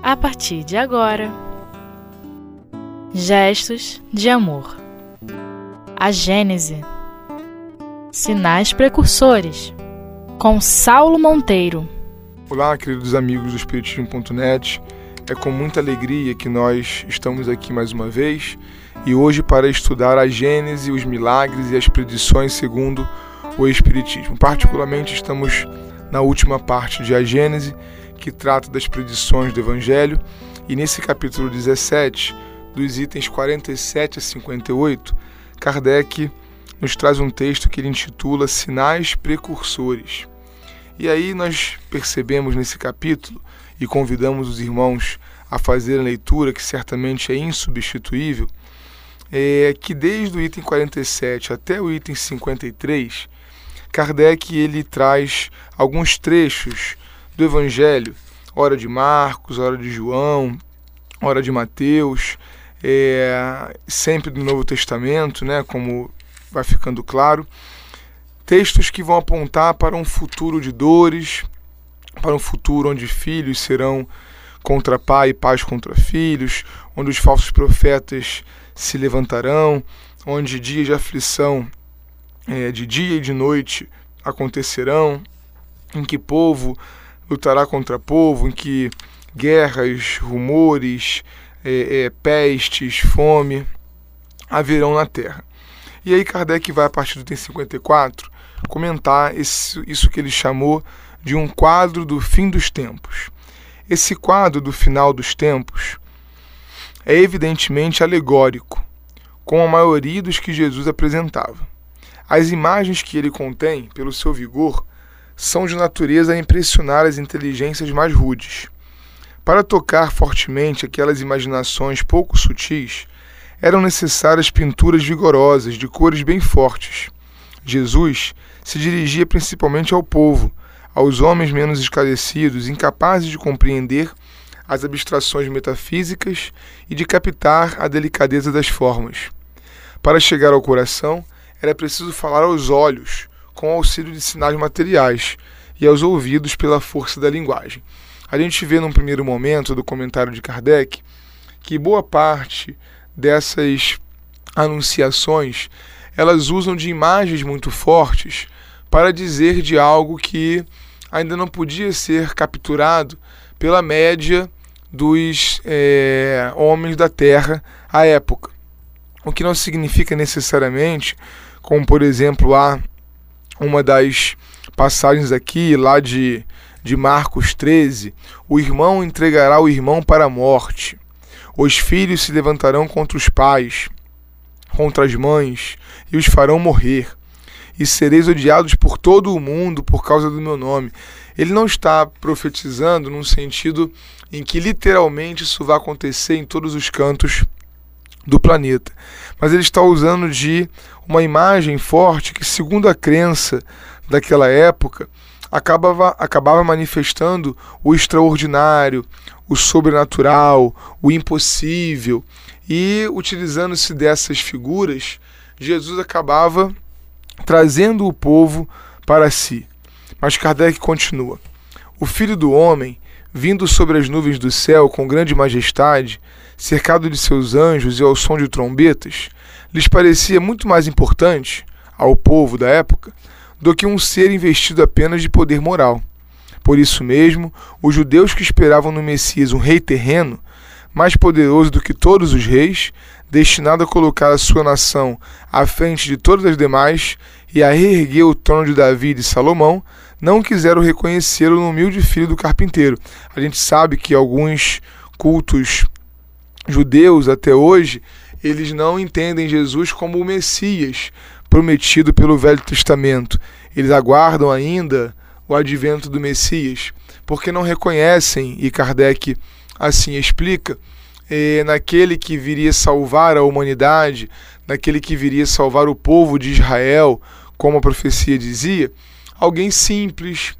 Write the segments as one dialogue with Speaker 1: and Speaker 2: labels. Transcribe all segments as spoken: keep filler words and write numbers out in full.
Speaker 1: a partir de agora. Gestos de amor. A Gênese. Sinais precursores. Com Saulo Monteiro.
Speaker 2: Olá, queridos amigos do Espiritismo ponto net. É com muita alegria que nós estamos aqui mais uma vez e hoje para estudar a Gênese, os milagres e as predições segundo o Espiritismo. Particularmente estamos na última parte de A Gênese, que trata das predições do Evangelho, e nesse capítulo dezessete, dos itens quarenta e sete a cinquenta e oito, Kardec nos traz um texto que ele intitula Sinais Precursores. E aí nós percebemos nesse capítulo, e convidamos os irmãos a fazer a leitura, que certamente é insubstituível, é que desde o item quarenta e sete até o item cinquenta e três, Kardec ele traz alguns trechos do Evangelho, ora de Marcos, ora de João, ora de Mateus, é, sempre do Novo Testamento, né, como vai ficando claro, textos que vão apontar para um futuro de dores, para um futuro onde filhos serão contra pai e pais contra filhos, onde os falsos profetas se levantarão, onde dias de aflição é, de dia e de noite acontecerão, em que povo lutará contra povo, em que guerras, rumores, é, é, pestes, fome haverão na terra. E aí Kardec vai, a partir do item cinquenta e quatro, comentar esse, isso que ele chamou de um quadro do fim dos tempos. Esse quadro do final dos tempos é evidentemente alegórico, com a maioria dos que Jesus apresentava. As imagens que ele contém, pelo seu vigor, são de natureza a impressionar as inteligências mais rudes. Para tocar fortemente aquelas imaginações pouco sutis, eram necessárias pinturas vigorosas, de cores bem fortes. Jesus se dirigia principalmente ao povo, aos homens menos esclarecidos, incapazes de compreender as abstrações metafísicas e de captar a delicadeza das formas. Para chegar ao coração, era preciso falar aos olhos, com auxílio de sinais materiais, e aos ouvidos pela força da linguagem. A gente vê num primeiro momento do comentário de Kardec que boa parte dessas anunciações elas usam de imagens muito fortes para dizer de algo que ainda não podia ser capturado pela média dos é, homens da Terra à época. O que não significa necessariamente, como por exemplo há uma das passagens aqui, lá de, de Marcos treze, o irmão entregará o irmão para a morte, os filhos se levantarão contra os pais, contra as mães, e os farão morrer, e sereis odiados por todo o mundo por causa do meu nome. Ele não está profetizando num sentido em que literalmente isso vai acontecer em todos os cantos do planeta, mas ele está usando de uma imagem forte que, segundo a crença daquela época, acabava, acabava manifestando o extraordinário, o sobrenatural, o impossível, e utilizando-se dessas figuras, Jesus acabava trazendo o povo para si. Mas Kardec continua: o Filho do Homem, vindo sobre as nuvens do céu com grande majestade, cercado de seus anjos e ao som de trombetas, lhes parecia muito mais importante, ao povo da época, do que um ser investido apenas de poder moral. Por isso mesmo, os judeus que esperavam no Messias um rei terreno, mais poderoso do que todos os reis, destinado a colocar a sua nação à frente de todas as demais e a reerguer o trono de Davi e de Salomão, não quiseram reconhecê-lo no humilde filho do carpinteiro. A gente sabe que alguns cultos judeus até hoje, eles não entendem Jesus como o Messias prometido pelo Velho Testamento. Eles aguardam ainda o advento do Messias, porque não reconhecem, e Kardec assim explica, eh, naquele que viria salvar a humanidade, naquele que viria salvar o povo de Israel, como a profecia dizia, alguém simples,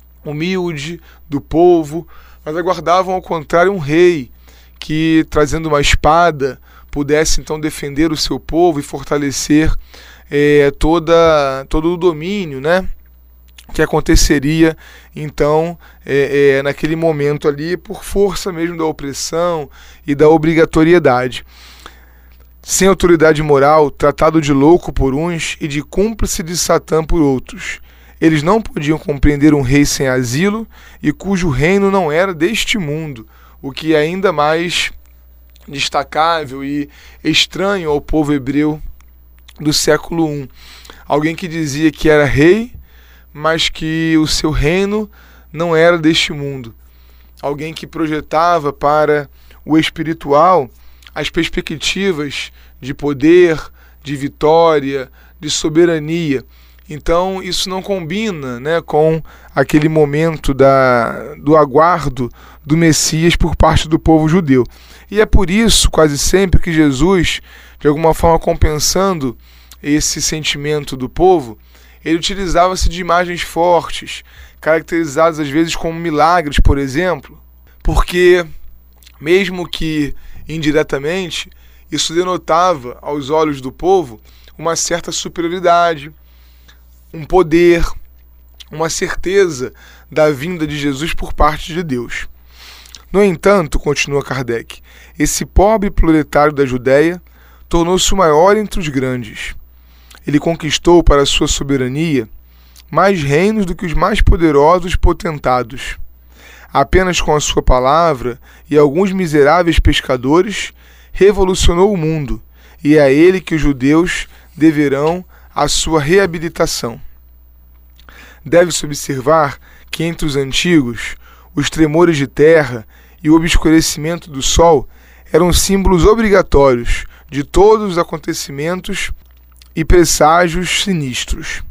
Speaker 2: humilde, do povo, mas aguardavam ao contrário um rei que, trazendo uma espada, pudesse então defender o seu povo e fortalecer é, toda, todo o domínio, né, que aconteceria então é, é, naquele momento ali, por força mesmo da opressão e da obrigatoriedade. Sem autoridade moral, tratado de louco por uns e de cúmplice de Satã por outros. Eles não podiam compreender um rei sem asilo e cujo reino não era deste mundo, o que é ainda mais destacável e estranho ao povo hebreu do século primeiro. Alguém que dizia que era rei, mas que o seu reino não era deste mundo. Alguém que projetava para o espiritual as perspectivas de poder, de vitória, de soberania. Então isso não combina, né, com aquele momento da, do aguardo do Messias por parte do povo judeu. E é por isso, quase sempre, que Jesus, de alguma forma compensando esse sentimento do povo, ele utilizava-se de imagens fortes, caracterizadas às vezes como milagres, por exemplo, porque, mesmo que indiretamente, isso denotava aos olhos do povo uma certa superioridade, um poder, uma certeza da vinda de Jesus por parte de Deus. No entanto, continua Kardec, esse pobre proletário da Judéia tornou-se o maior entre os grandes. Ele conquistou para sua soberania mais reinos do que os mais poderosos potentados. Apenas com a sua palavra e alguns miseráveis pescadores, revolucionou o mundo, e é a ele que os judeus deverão a sua reabilitação. Deve-se observar que entre os antigos, os tremores de terra e o obscurecimento do sol eram símbolos obrigatórios de todos os acontecimentos e presságios sinistros.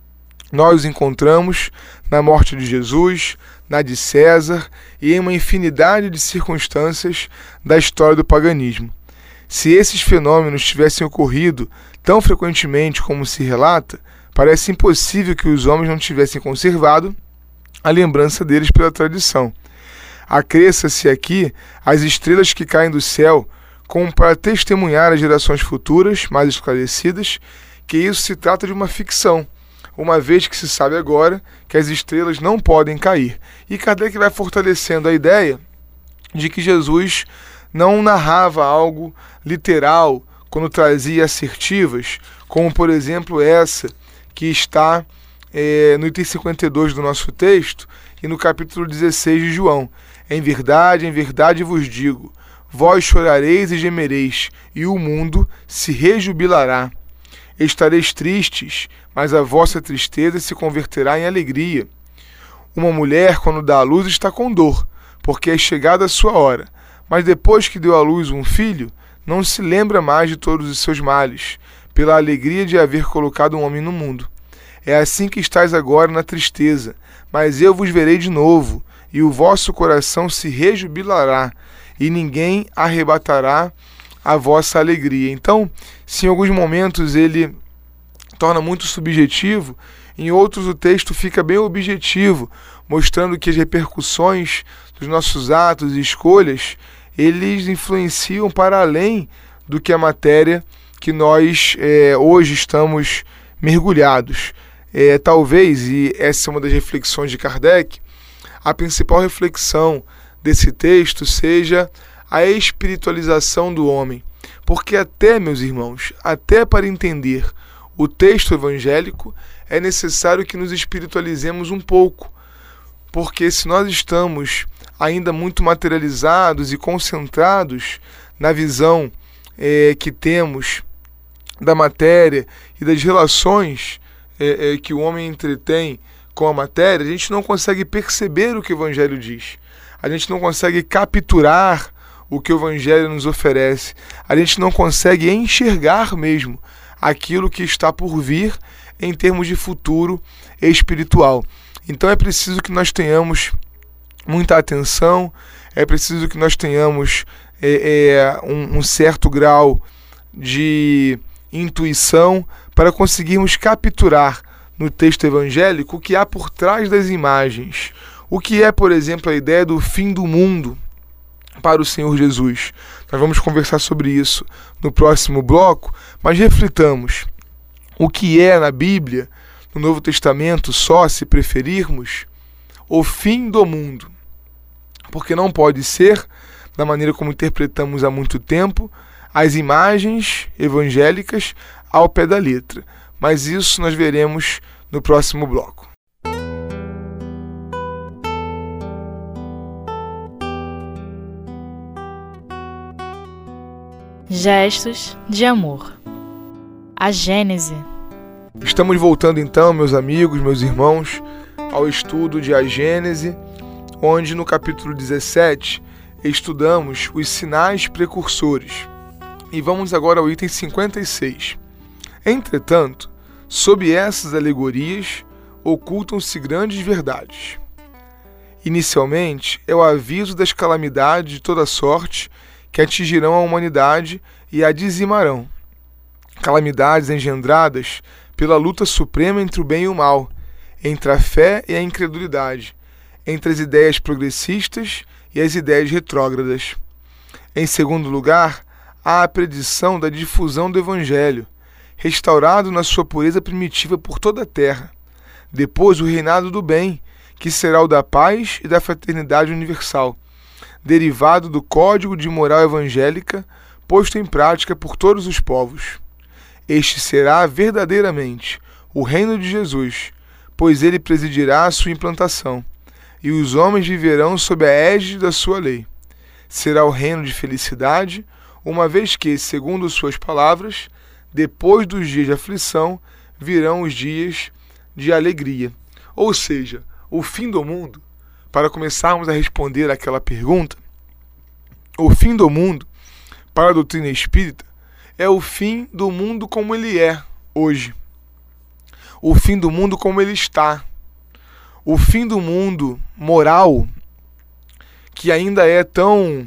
Speaker 2: Nós os encontramos na morte de Jesus, na de César e em uma infinidade de circunstâncias da história do paganismo. Se esses fenômenos tivessem ocorrido tão frequentemente como se relata, parece impossível que os homens não tivessem conservado a lembrança deles pela tradição. Acresça-se aqui as estrelas que caem do céu, como para testemunhar às gerações futuras, mais esclarecidas, que isso se trata de uma ficção, uma vez que se sabe agora que as estrelas não podem cair. E Kardec vai fortalecendo a ideia de que Jesus não narrava algo literal quando trazia assertivas, como por exemplo essa que está é, no item cinquenta e dois do nosso texto e no capítulo dezesseis de João. Em verdade, em verdade vos digo, vós chorareis e gemereis, e o mundo se rejubilará. Estareis tristes, mas a vossa tristeza se converterá em alegria. Uma mulher, quando dá à luz, está com dor, porque é chegada a sua hora. Mas depois que deu à luz um filho, não se lembra mais de todos os seus males, pela alegria de haver colocado um homem no mundo. É assim que estáis agora na tristeza, mas eu vos verei de novo, e o vosso coração se rejubilará, e ninguém arrebatará a vossa alegria. Então, se em alguns momentos ele torna muito subjetivo, em outros o texto fica bem objetivo, mostrando que as repercussões dos nossos atos e escolhas, eles influenciam para além do que a matéria que nós é, hoje estamos mergulhados. É, talvez, e essa é uma das reflexões de Kardec, a principal reflexão desse texto seja a espiritualização do homem. Porque até, meus irmãos, até para entender o texto evangélico, é necessário que nos espiritualizemos um pouco. Porque se nós estamos ainda muito materializados e concentrados na visão é, que temos da matéria e das relações é, é, que o homem entretém com a matéria, a gente não consegue perceber o que o Evangelho diz. A gente não consegue capturar o que o Evangelho nos oferece. A gente não consegue enxergar mesmo aquilo que está por vir em termos de futuro espiritual. Então é preciso que nós tenhamos muita atenção, é preciso que nós tenhamos é, é, um, um certo grau de intuição para conseguirmos capturar no texto evangélico o que há por trás das imagens. O que é, por exemplo, a ideia do fim do mundo para o Senhor Jesus. Nós vamos conversar sobre isso no próximo bloco, mas reflitamos. O que é na Bíblia, no Novo Testamento só, se preferirmos, o fim do mundo. Porque não pode ser, da maneira como interpretamos há muito tempo, as imagens evangélicas ao pé da letra. Mas isso nós veremos no próximo bloco.
Speaker 1: Gestos de amor. A Gênese.
Speaker 2: Estamos voltando então, meus amigos, meus irmãos, ao estudo de A Gênese, onde no capítulo dezessete estudamos os sinais precursores. E vamos agora ao item cinquenta e seis. Entretanto, sob essas alegorias, ocultam-se grandes verdades. Inicialmente, é o aviso das calamidades de toda sorte que atingirão a humanidade e a dizimarão. Calamidades engendradas pela luta suprema entre o bem e o mal, entre a fé e a incredulidade, entre as ideias progressistas e as ideias retrógradas. Em segundo lugar, há a predição da difusão do Evangelho, restaurado na sua pureza primitiva por toda a terra. Depois, o reinado do bem, que será o da paz e da fraternidade universal, derivado do código de moral evangélica posto em prática por todos os povos. Este será verdadeiramente o reino de Jesus, pois ele presidirá a sua implantação, e os homens viverão sob a égide da sua lei. Será o reino de felicidade, uma vez que, segundo suas palavras, depois dos dias de aflição, virão os dias de alegria. Ou seja, o fim do mundo, para começarmos a responder àquela pergunta, o fim do mundo, para a doutrina espírita, é o fim do mundo como ele é hoje. O fim do mundo como ele está. O fim do mundo moral, que ainda é tão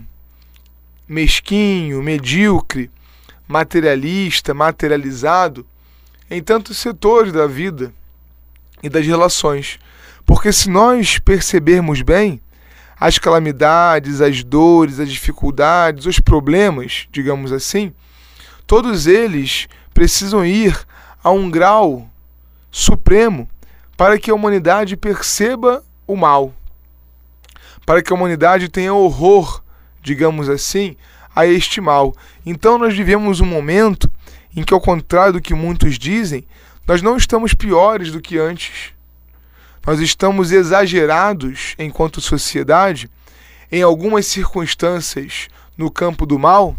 Speaker 2: mesquinho, medíocre, materialista, materializado, em tantos setores da vida e das relações. Porque se nós percebermos bem, as calamidades, as dores, as dificuldades, os problemas, digamos assim, todos eles precisam ir a um grau supremo para que a humanidade perceba o mal, para que a humanidade tenha horror, digamos assim, a este mal. Então nós vivemos um momento em que, ao contrário do que muitos dizem, nós não estamos piores do que antes. Nós estamos exagerados, enquanto sociedade, em algumas circunstâncias no campo do mal,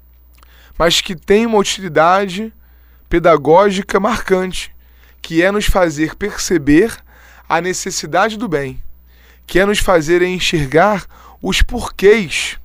Speaker 2: mas que tem uma utilidade pedagógica marcante, que é nos fazer perceber a necessidade do bem, que é nos fazer enxergar os porquês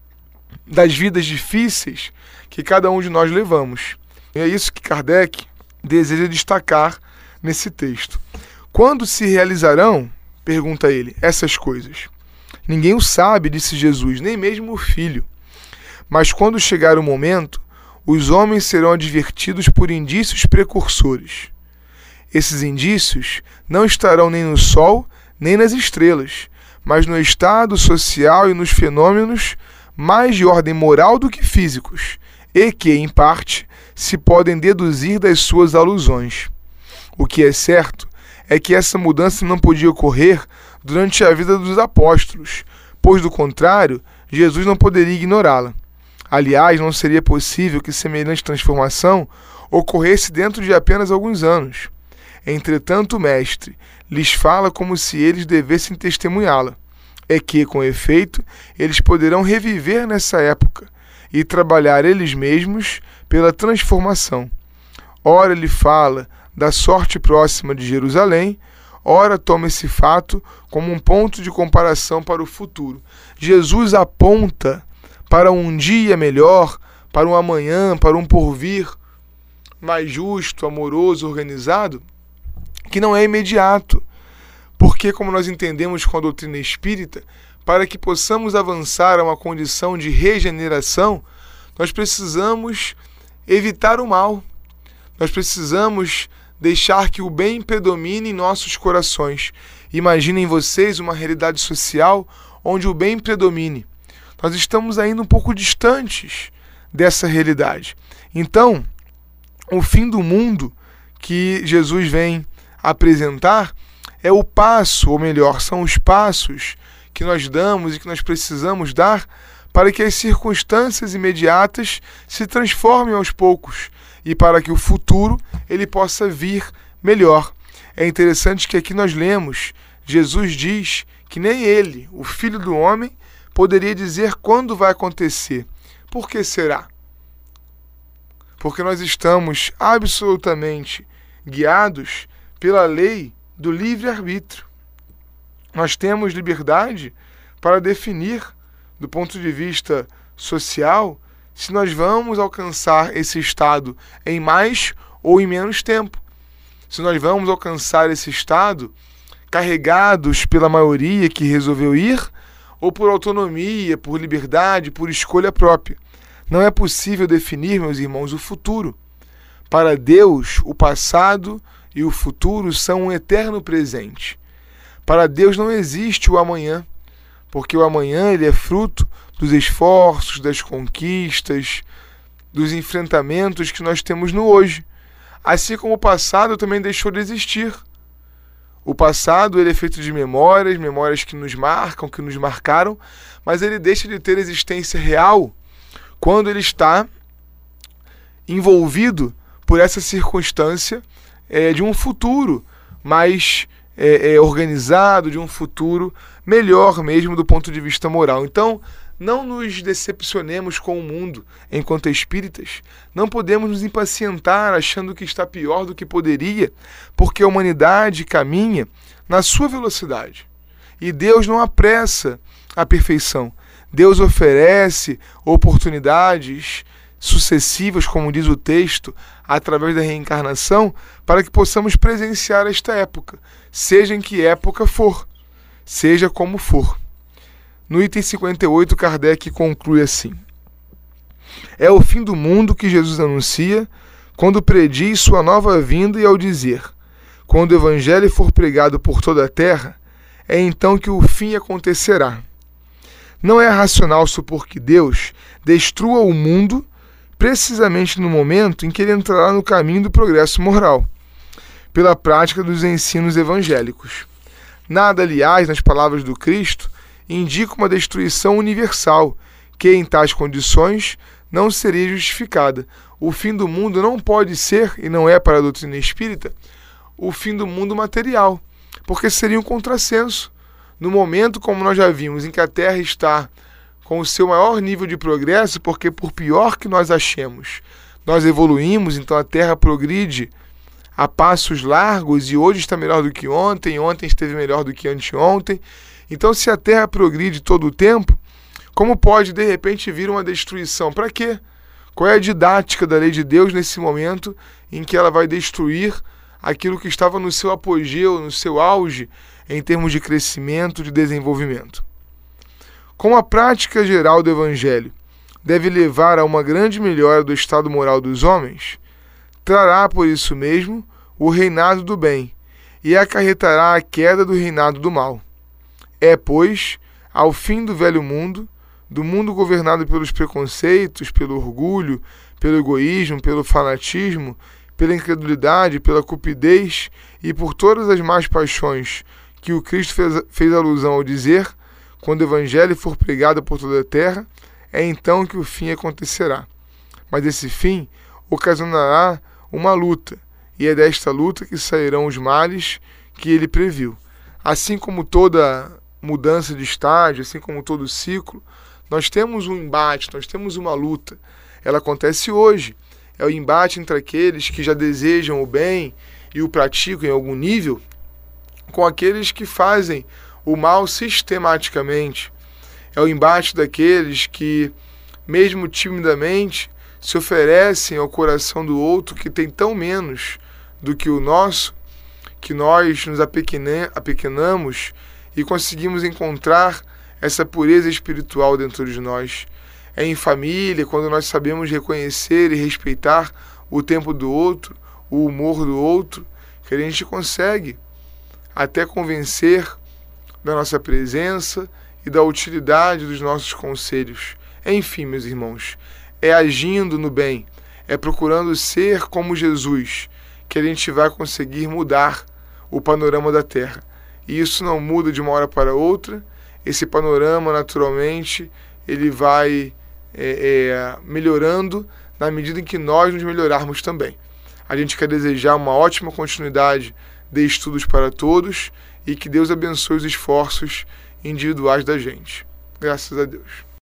Speaker 2: das vidas difíceis que cada um de nós levamos. E é isso que Kardec deseja destacar nesse texto. Quando se realizarão, pergunta ele, essas coisas? Ninguém o sabe, disse Jesus, nem mesmo o Filho. Mas quando chegar o momento, os homens serão advertidos por indícios precursores. Esses indícios não estarão nem no sol, nem nas estrelas, mas no estado social e nos fenômenos mais de ordem moral do que físicos, e que, em parte, se podem deduzir das suas alusões. O que é certo é que essa mudança não podia ocorrer durante a vida dos apóstolos, pois, do contrário, Jesus não poderia ignorá-la. Aliás, não seria possível que semelhante transformação ocorresse dentro de apenas alguns anos. Entretanto, o Mestre lhes fala como se eles devessem testemunhá-la. É que, com efeito, eles poderão reviver nessa época e trabalhar eles mesmos pela transformação. Ora, ele fala da sorte próxima de Jerusalém, ora toma esse fato como um ponto de comparação para o futuro. Jesus aponta para um dia melhor, para um amanhã, para um porvir mais justo, amoroso, organizado, que não é imediato. Porque, como nós entendemos com a doutrina espírita, para que possamos avançar a uma condição de regeneração, nós precisamos evitar o mal. Nós precisamos deixar que o bem predomine em nossos corações. Imaginem vocês uma realidade social onde o bem predomine. Nós estamos ainda um pouco distantes dessa realidade. Então, o fim do mundo que Jesus vem apresentar é o passo, ou melhor, são os passos que nós damos e que nós precisamos dar para que as circunstâncias imediatas se transformem aos poucos e para que o futuro ele possa vir melhor. É interessante que aqui nós lemos, Jesus diz que nem ele, o Filho do Homem, poderia dizer quando vai acontecer. Por que será? Porque nós estamos absolutamente guiados pela lei do livre-arbítrio. Nós temos liberdade para definir, do ponto de vista social, se nós vamos alcançar esse estado em mais ou em menos tempo. Se nós vamos alcançar esse estado carregados pela maioria que resolveu ir, ou por autonomia, por liberdade, por escolha própria. Não é possível definir, meus irmãos, o futuro. Para Deus, o passado e o futuro são um eterno presente. Para Deus não existe o amanhã, porque o amanhã ele é fruto dos esforços, das conquistas, dos enfrentamentos que nós temos no hoje. Assim como o passado também deixou de existir. O passado ele é feito de memórias, memórias que nos marcam, que nos marcaram, mas ele deixa de ter existência real quando ele está envolvido por essa circunstância é, de um futuro mais é, é, organizado, de um futuro melhor mesmo do ponto de vista moral. Então, não nos decepcionemos com o mundo enquanto espíritas. Não podemos nos impacientar achando que está pior do que poderia, porque a humanidade caminha na sua velocidade. E Deus não apressa a perfeição. Deus oferece oportunidades sucessivas, como diz o texto, através da reencarnação, para que possamos presenciar esta época, seja em que época for, seja como for. No item cinquenta e oito, Kardec conclui assim: é o fim do mundo que Jesus anuncia quando prediz sua nova vinda e ao dizer: quando o Evangelho for pregado por toda a terra, é então que o fim acontecerá. Não é racional supor que Deus destrua o mundo precisamente no momento em que ele entrará no caminho do progresso moral, pela prática dos ensinos evangélicos. Nada, aliás, nas palavras do Cristo, indica uma destruição universal, que em tais condições não seria justificada. O fim do mundo não pode ser, e não é para a doutrina espírita, o fim do mundo material, porque seria um contrassenso. No momento, como nós já vimos, em que a Terra está com o seu maior nível de progresso, porque por pior que nós achemos, nós evoluímos, então a Terra progride a passos largos e hoje está melhor do que ontem, ontem esteve melhor do que anteontem. Então, se a Terra progride todo o tempo, como pode, de repente, vir uma destruição? Para quê? Qual é a didática da lei de Deus nesse momento em que ela vai destruir aquilo que estava no seu apogeu, no seu auge, em termos de crescimento, de desenvolvimento? Como a prática geral do Evangelho deve levar a uma grande melhora do estado moral dos homens, trará, por isso mesmo, o reinado do bem e acarretará a queda do reinado do mal. É, pois, ao fim do velho mundo, do mundo governado pelos preconceitos, pelo orgulho, pelo egoísmo, pelo fanatismo, pela incredulidade, pela cupidez e por todas as más paixões que o Cristo fez, fez alusão ao dizer: quando o Evangelho for pregado por toda a terra, é então que o fim acontecerá. Mas esse fim ocasionará uma luta, e é desta luta que sairão os males que ele previu. Assim como toda mudança de estágio, assim como todo ciclo, nós temos um embate, nós temos uma luta. Ela acontece hoje. É o embate entre aqueles que já desejam o bem e o praticam em algum nível, com aqueles que fazem o mal sistematicamente. É o embate daqueles que, mesmo timidamente, se oferecem ao coração do outro que tem tão menos do que o nosso, que nós nos apequenamos e conseguimos encontrar essa pureza espiritual dentro de nós. É em família, quando nós sabemos reconhecer e respeitar o tempo do outro, o humor do outro, que a gente consegue até convencer da nossa presença e da utilidade dos nossos conselhos. Enfim, meus irmãos, é agindo no bem, é procurando ser como Jesus, que a gente vai conseguir mudar o panorama da Terra. E isso não muda de uma hora para outra. Esse panorama, naturalmente, ele vai é, é, melhorando na medida em que nós nos melhorarmos também. A gente quer desejar uma ótima continuidade de estudos para todos e que Deus abençoe os esforços individuais da gente. Graças a Deus.